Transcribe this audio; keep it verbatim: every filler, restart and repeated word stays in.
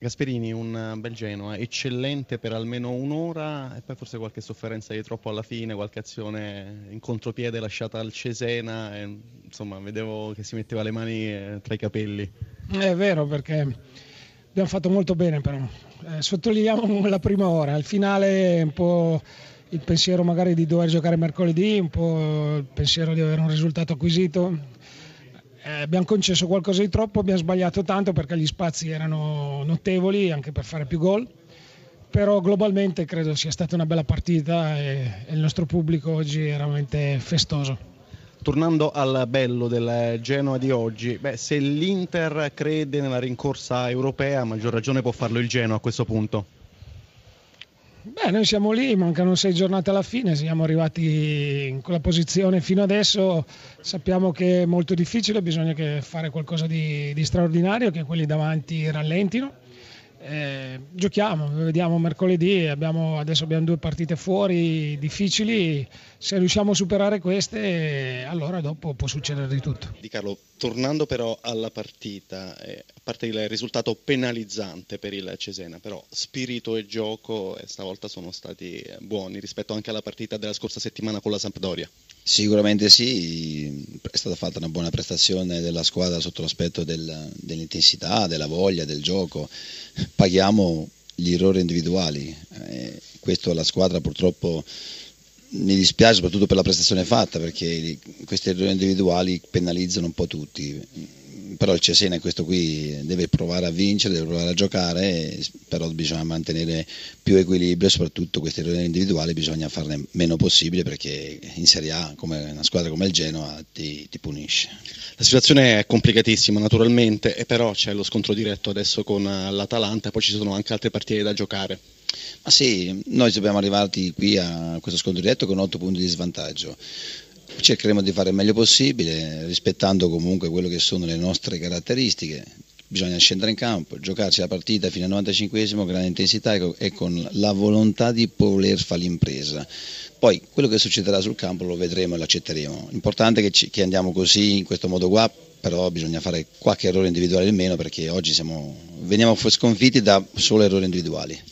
Gasperini, un bel Genoa, eccellente per almeno un'ora e poi forse qualche sofferenza di troppo alla fine, qualche azione in contropiede lasciata al Cesena, e, insomma, vedevo che si metteva le mani eh, tra i capelli. È vero perché abbiamo fatto molto bene però, eh, sottolineiamo la prima ora, al finale un po' il pensiero magari di dover giocare mercoledì, un po' il pensiero di avere un risultato acquisito, eh, abbiamo concesso qualcosa di troppo, abbiamo sbagliato tanto perché gli spazi erano notevoli anche per fare più gol, però globalmente credo sia stata una bella partita e, e il nostro pubblico oggi è veramente festoso. Tornando al bello del Genoa di oggi, beh, se l'Inter crede nella rincorsa europea, a maggior ragione può farlo il Genoa a questo punto. Beh, noi siamo lì, mancano sei giornate alla fine, siamo arrivati in quella posizione fino adesso, sappiamo che è molto difficile, bisogna che fare qualcosa di, di straordinario, che quelli davanti rallentino. Eh, giochiamo, vediamo mercoledì, abbiamo, adesso abbiamo due partite fuori difficili, se riusciamo a superare queste allora dopo può succedere di tutto. Di Carlo, tornando però alla partita, eh, a parte il risultato penalizzante per il Cesena, però spirito e gioco eh, stavolta sono stati buoni rispetto anche alla partita della scorsa settimana con la Sampdoria. Sicuramente sì, è stata fatta una buona prestazione della squadra sotto l'aspetto del, dell'intensità, della voglia, del gioco. Paghiamo gli errori individuali, eh, questo la squadra purtroppo mi dispiace soprattutto per la prestazione fatta perché questi errori individuali penalizzano un po' tutti. Però il Cesena questo qui deve provare a vincere, deve provare a giocare, però bisogna mantenere più equilibrio e soprattutto questi errori individuali bisogna farne meno possibile perché in Serie A come una squadra come il Genoa ti, ti punisce. La situazione è complicatissima naturalmente, e però c'è lo scontro diretto adesso con l'Atalanta e poi ci sono anche altre partite da giocare. Ma sì, noi siamo arrivati qui a questo scontro diretto con otto punti di svantaggio. Cercheremo di fare il meglio possibile, rispettando comunque quello che sono le nostre caratteristiche. Bisogna scendere in campo, giocarci la partita fino al novantacinquesimo, grande intensità e con la volontà di voler fare l'impresa. Poi quello che succederà sul campo lo vedremo e lo accetteremo. L'importante è che, ci, che andiamo così, in questo modo qua, però bisogna fare qualche errore individuale in meno perché oggi siamo, veniamo sconfitti da solo errori individuali.